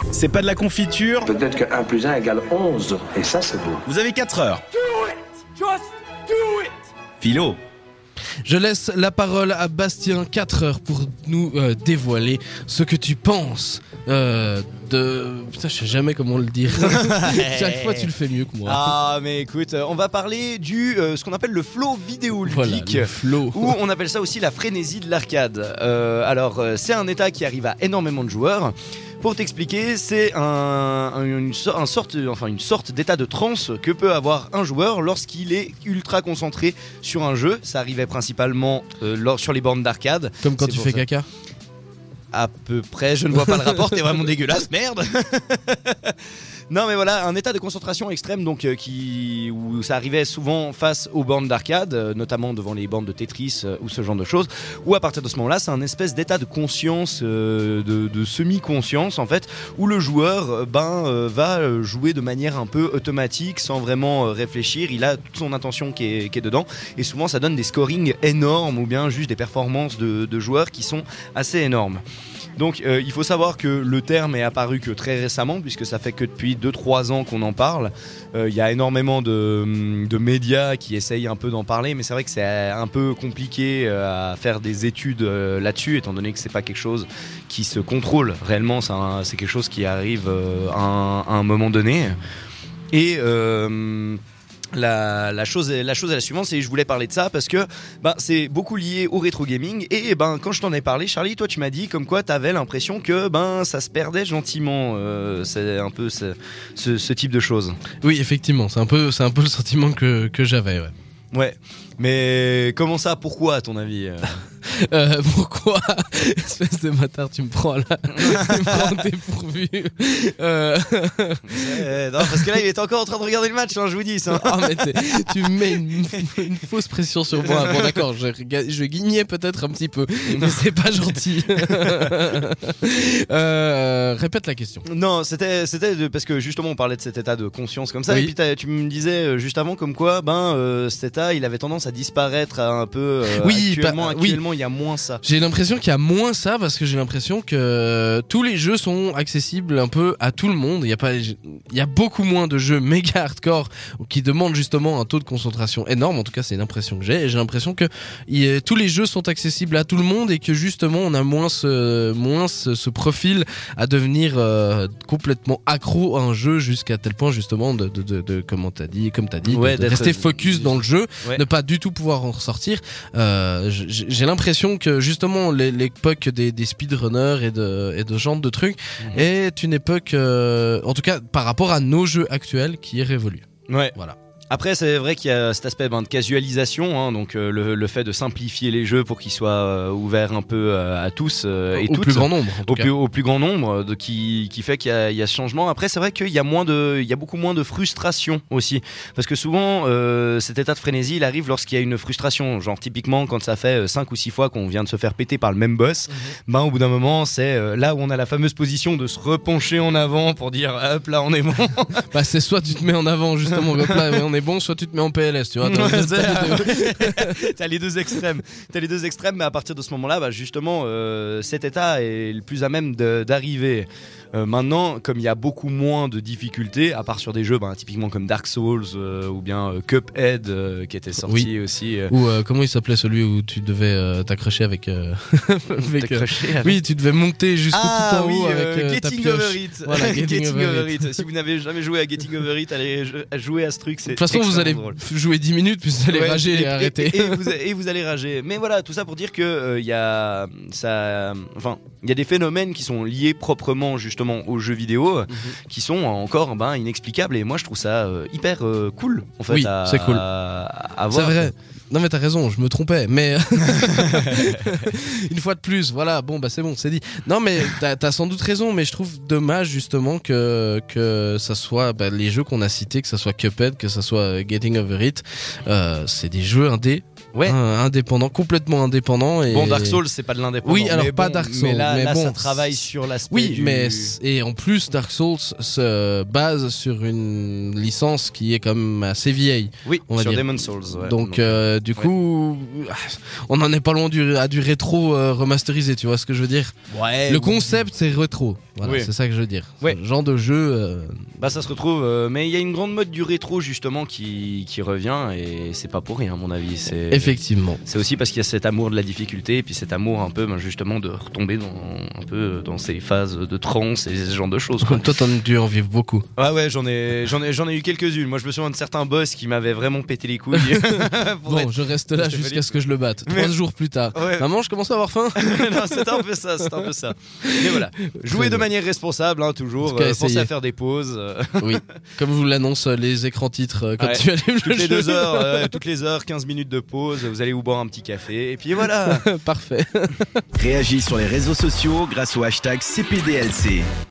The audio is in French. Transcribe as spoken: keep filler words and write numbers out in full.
C'est pas de la confiture. Peut-être que un plus un égale onze, et ça c'est beau. Vous avez quatre heures. Do it! Just do it! Philo. Je laisse la parole à Bastien, quatre heures, pour nous euh, dévoiler ce que tu penses euh, de... Putain, je sais jamais comment le dire. Chaque fois, tu le fais mieux que moi. Ah, mais écoute, on va parler du euh, ce qu'on appelle le flow vidéoludique. Voilà, le flow. Ou on appelle ça aussi la frénésie de l'arcade. Euh, alors, euh, c'est un état qui arrive à énormément de joueurs. Pour t'expliquer, c'est un, un, une, un sorte, enfin une sorte d'état de transe que peut avoir un joueur lorsqu'il est ultra concentré sur un jeu. Ça arrivait principalement euh, lors, sur les bornes d'arcade. Comme quand C'est tu pour fais ça. caca. À peu près, je ne vois pas le rapport, t'es vraiment dégueulasse, merde. Non mais voilà, un état de concentration extrême donc euh, qui où ça arrivait souvent face aux bornes d'arcade, euh, notamment devant les bornes de Tetris euh, ou ce genre de choses, où à partir de ce moment-là, c'est un espèce d'état de conscience, euh, de, de semi-conscience en fait, où le joueur euh, ben euh, va jouer de manière un peu automatique, sans vraiment euh, réfléchir. Il a toute son attention qui est, qui est dedans, et souvent ça donne des scorings énormes ou bien juste des performances de, de joueurs qui sont assez énormes. Donc euh, il faut savoir que le terme est apparu que très récemment, puisque ça fait que depuis deux trois ans qu'on en parle. Il euh, y a énormément de, de médias qui essayent un peu d'en parler, mais c'est vrai que c'est un peu compliqué euh, à faire des études euh, là-dessus, étant donné que c'est pas quelque chose qui se contrôle réellement, c'est, un, c'est quelque chose qui arrive euh, à, un, à un moment donné. Et... Euh, La, la, chose, la chose est la suivante, c'est que je voulais parler de ça parce que ben, c'est beaucoup lié au rétro gaming. Et ben, quand je t'en ai parlé, Charlie, toi tu m'as dit comme quoi t'avais l'impression que ben, ça se perdait gentiment. Euh, c'est un peu ce, ce, ce type de choses. Oui, effectivement, c'est un peu, c'est un peu le sentiment que, que j'avais. Ouais. Ouais, mais comment ça, pourquoi à ton avis? Euh, pourquoi? Espèce de bâtard, tu me prends là. Tu me prends dépourvu. Euh... Euh, non, parce que là, il était encore en train de regarder le match, hein, je vous dis ça. Oh, mais tu mets une, une fausse pression sur moi. Bon, d'accord, je, je guignais peut-être un petit peu, mais c'est pas gentil. euh, répète la question. Non, c'était, c'était de, parce que justement, on parlait de cet état de conscience comme ça, oui. Et puis tu me disais juste avant comme quoi, ben, euh, cet état, il avait tendance à disparaître un peu. Euh, oui, actuellement, bah, actuellement, oui. il y a moins ça. J'ai l'impression qu'il y a moins ça parce que j'ai l'impression que tous les jeux sont accessibles un peu à tout le monde. Il y a pas, il y a beaucoup moins de jeux méga hardcore qui demandent justement un taux de concentration énorme. En tout cas, c'est l'impression que j'ai. Et j'ai l'impression que y, tous les jeux sont accessibles à tout le monde et que justement, on a moins ce, moins ce, ce profil à devenir euh, complètement accro à un jeu jusqu'à tel point justement de, de, de, de comment t'as dit, comme t'as dit, ouais, de, de rester focus dans le jeu, ouais. ne pas du tout pouvoir en ressortir. Euh, j'ai l'impression que justement l'époque des, des speedrunners et de, et de genre de trucs mmh. est une époque, euh, en tout cas par rapport à nos jeux actuels, qui est révolue. Ouais. Voilà. Après, c'est vrai qu'il y a cet aspect ben, de casualisation, hein, donc euh, le, le fait de simplifier les jeux pour qu'ils soient euh, ouverts un peu euh, à tous euh, et au toutes, plus grand nombre, en tout au, cas. Plus, au plus grand nombre, de, qui, qui fait qu'il y a, il y a ce changement. Après, c'est vrai qu'il y a moins de, il y a beaucoup moins de frustration aussi, parce que souvent, euh, cet état de frénésie, il arrive lorsqu'il y a une frustration, genre typiquement quand ça fait cinq ou six fois qu'on vient de se faire péter par le même boss, mmh. ben au bout d'un moment, c'est euh, là où on a la fameuse position de se repencher en avant pour dire hop là on est bon. Bah c'est soit tu te mets en avant justement, hop là on est bon, soit tu te mets en P L S, tu vois. T'as, ouais, t'as, les deux... t'as les deux extrêmes. T'as les deux extrêmes, mais à partir de ce moment-là, bah, justement, euh, cet état est le plus à même de, d'arriver. Euh, maintenant, comme il y a beaucoup moins de difficultés, à part sur des jeux bah, typiquement comme Dark Souls euh, ou bien euh, Cuphead euh, qui était sorti oui. aussi. Euh... Ou euh, comment il s'appelait celui où tu devais euh, t'accrocher avec. Euh... avec euh... avec... Oui, tu devais monter jusqu'au ah, tout en oui, haut avec euh, euh, ta Getting pioche. Over It. Voilà, Getting, Getting over, over it. it. Si vous n'avez jamais joué à Getting Over It, allez jouer à ce truc. C'est de toute façon, vous allez drôle. jouer dix minutes, puis vous allez ouais, rager et, et arrêter. Et, et, vous, et vous allez rager. Mais voilà, tout ça pour dire que il euh, y a ça. Enfin, il y a des phénomènes qui sont liés proprement justement aux jeux vidéo. Mm-hmm. Qui sont encore ben, inexplicables, et moi je trouve ça euh, hyper euh, cool en fait. Oui, à, c'est cool. À, à voir. C'est vrai. Non mais t'as raison, je me trompais, mais une fois de plus, voilà, bon bah c'est bon, c'est dit. Non mais t'as, t'as sans doute raison, mais je trouve dommage justement que que ça soit bah, les jeux qu'on a cités, que ça soit Cuphead, que ça soit Getting Over It, euh, c'est des jeux indés Ouais. Un- indépendant, complètement indépendant. Et... Bon, Dark Souls, c'est pas de l'indépendant. Oui, alors mais pas bon, Dark Souls, Mais là, mais là bon, ça travaille sur l'aspect. Oui, du... mais c- et en plus Dark Souls se base sur une licence qui est quand même assez vieille. Oui, on va sur dire. Demon's Souls. Ouais. Donc euh, du ouais. coup, on en est pas loin du, à du rétro euh, remasterisé, tu vois ce que je veux dire. Ouais, Le oui. concept c'est rétro, voilà, Oui. c'est ça que je veux dire. Ouais. Ce genre de jeu. euh, Bah ça se retrouve, euh, mais il y a une grande mode du rétro justement qui, qui revient et c'est pas pour rien à mon avis. C'est Effectivement. C'est aussi parce qu'il y a cet amour de la difficulté et puis cet amour un peu ben, justement de retomber dans un peu dans ces phases de transe et ce genre de choses. Quoi. Toi t'en as dû en vivre beaucoup. Ah ouais, j'en ai, j'en ai, j'en ai eu quelques-unes. Moi je me souviens de certains boss qui m'avaient vraiment pété les couilles. Pour Bon, être- je reste là C'était jusqu'à valide. ce que je le batte. Mais- Trois jours plus tard. Ouais. Maman, je commence à avoir faim. non, c'était un peu ça, c'était un peu ça. Mais voilà, jouer de bien. manière responsable, hein, toujours. En tout cas, euh, pensez essayez. à faire des pauses. euh, Oui. Comme vous l'annoncent euh, les écrans titres euh, quand Ouais. tu allumes toutes le les jeu. deux heures, euh, toutes les heures, quinze minutes de pause. Vous allez vous boire un petit café et puis voilà. Parfait. Réagis sur les réseaux sociaux grâce au hashtag C P D L C.